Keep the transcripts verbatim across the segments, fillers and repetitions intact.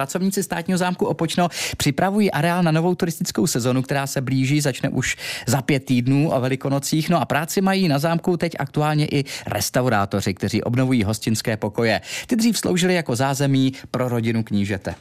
pracovníci státního zámku Opočno připravují areál na novou turistickou sezonu, která se blíží, začne už za pět týdnů o Velikonocích. No a práci mají na zámku teď aktuálně i restaurátoři, kteří obnovují hostinské pokoje. Ty dřív sloužily jako zázemí pro rodinu knížete.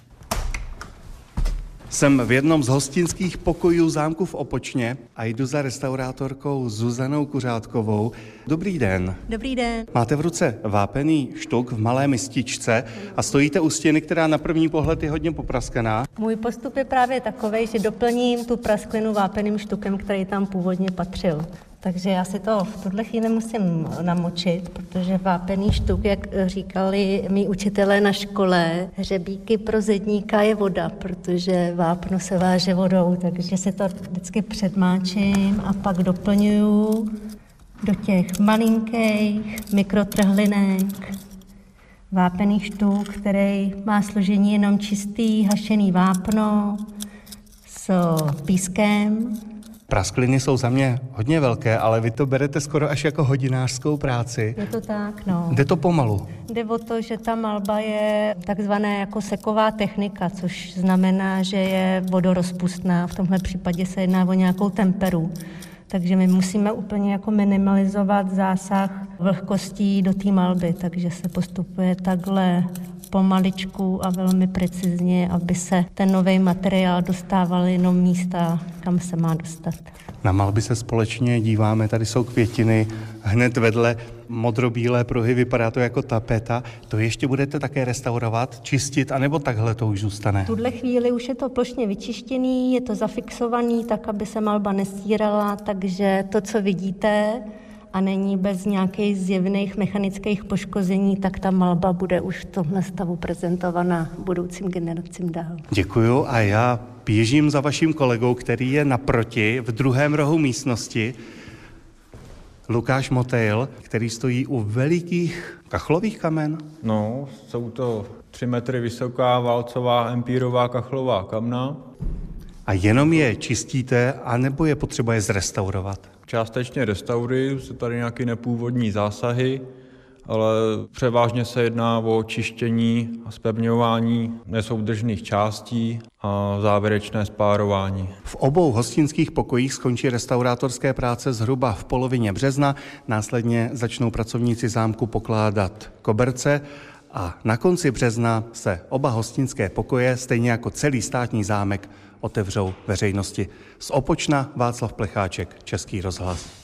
Jsem v jednom z hostinských pokojů zámku v Opočně a jdu za restaurátorkou Zuzanou Kuřátkovou. Dobrý den. Dobrý den. Máte v ruce vápený štuk v malé mističce a stojíte u stěny, která na první pohled je hodně popraskaná. Můj postup je právě takovej, že doplním tu prasklinu vápeným štukem, který tam původně patřil. Takže já si to v tuhle chvíli musím namočit, protože vápený štuk, jak říkali mý učitelé na škole, hřebíky pro zedníka je voda, protože vápno se váže vodou, takže si to vždycky předmáčím a pak doplňuju do těch malinkých mikrotrhlinek vápený štuk, který má složení jenom čistý hašený vápno s pískem. Praskliny jsou za mě hodně velké, ale vy to berete skoro až jako hodinářskou práci. Je to tak, no. Jde to pomalu. Jde o to, že ta malba je takzvané jako seková technika, což znamená, že je vodorozpustná. V tomhle případě se jedná o nějakou temperu. Takže my musíme úplně jako minimalizovat zásah vlhkostí do té malby, takže se postupuje takhle pomaličku a velmi precizně, aby se ten nový materiál dostával jenom místa, kam se má dostat. Na malby se společně díváme, tady jsou květiny, hned vedle modrobílé pruhy, vypadá to jako tapeta. To ještě budete také restaurovat, čistit, anebo takhle to už zůstane? V tuhle chvíli už je to plošně vyčištěný, je to zafixovaný tak, aby se malba nestírala, takže to, co vidíte, a není bez nějakých zjevných mechanických poškození, tak ta malba bude už v tomhle stavu prezentovaná budoucím generacím dál. Děkuju a já běžím za vaším kolegou, který je naproti v druhém rohu místnosti. Lukáš Motejl, který stojí u velikých kachlových kamen. No, jsou to tři metry vysoká válcová empírová kachlová kamna. A jenom je čistíte, anebo je potřeba je zrestaurovat? Částečně restaurují, jsou tady nějaké nepůvodní zásahy, ale převážně se jedná o čištění a zpevňování nesoudržných částí a závěrečné spárování. V obou hostinských pokojích skončí restaurátorské práce zhruba v polovině března, následně začnou pracovníci zámku pokládat koberce a na konci března se oba hostinské pokoje, stejně jako celý státní zámek, otevřou veřejnosti. Z Opočna Václav Plecháček, Český rozhlas.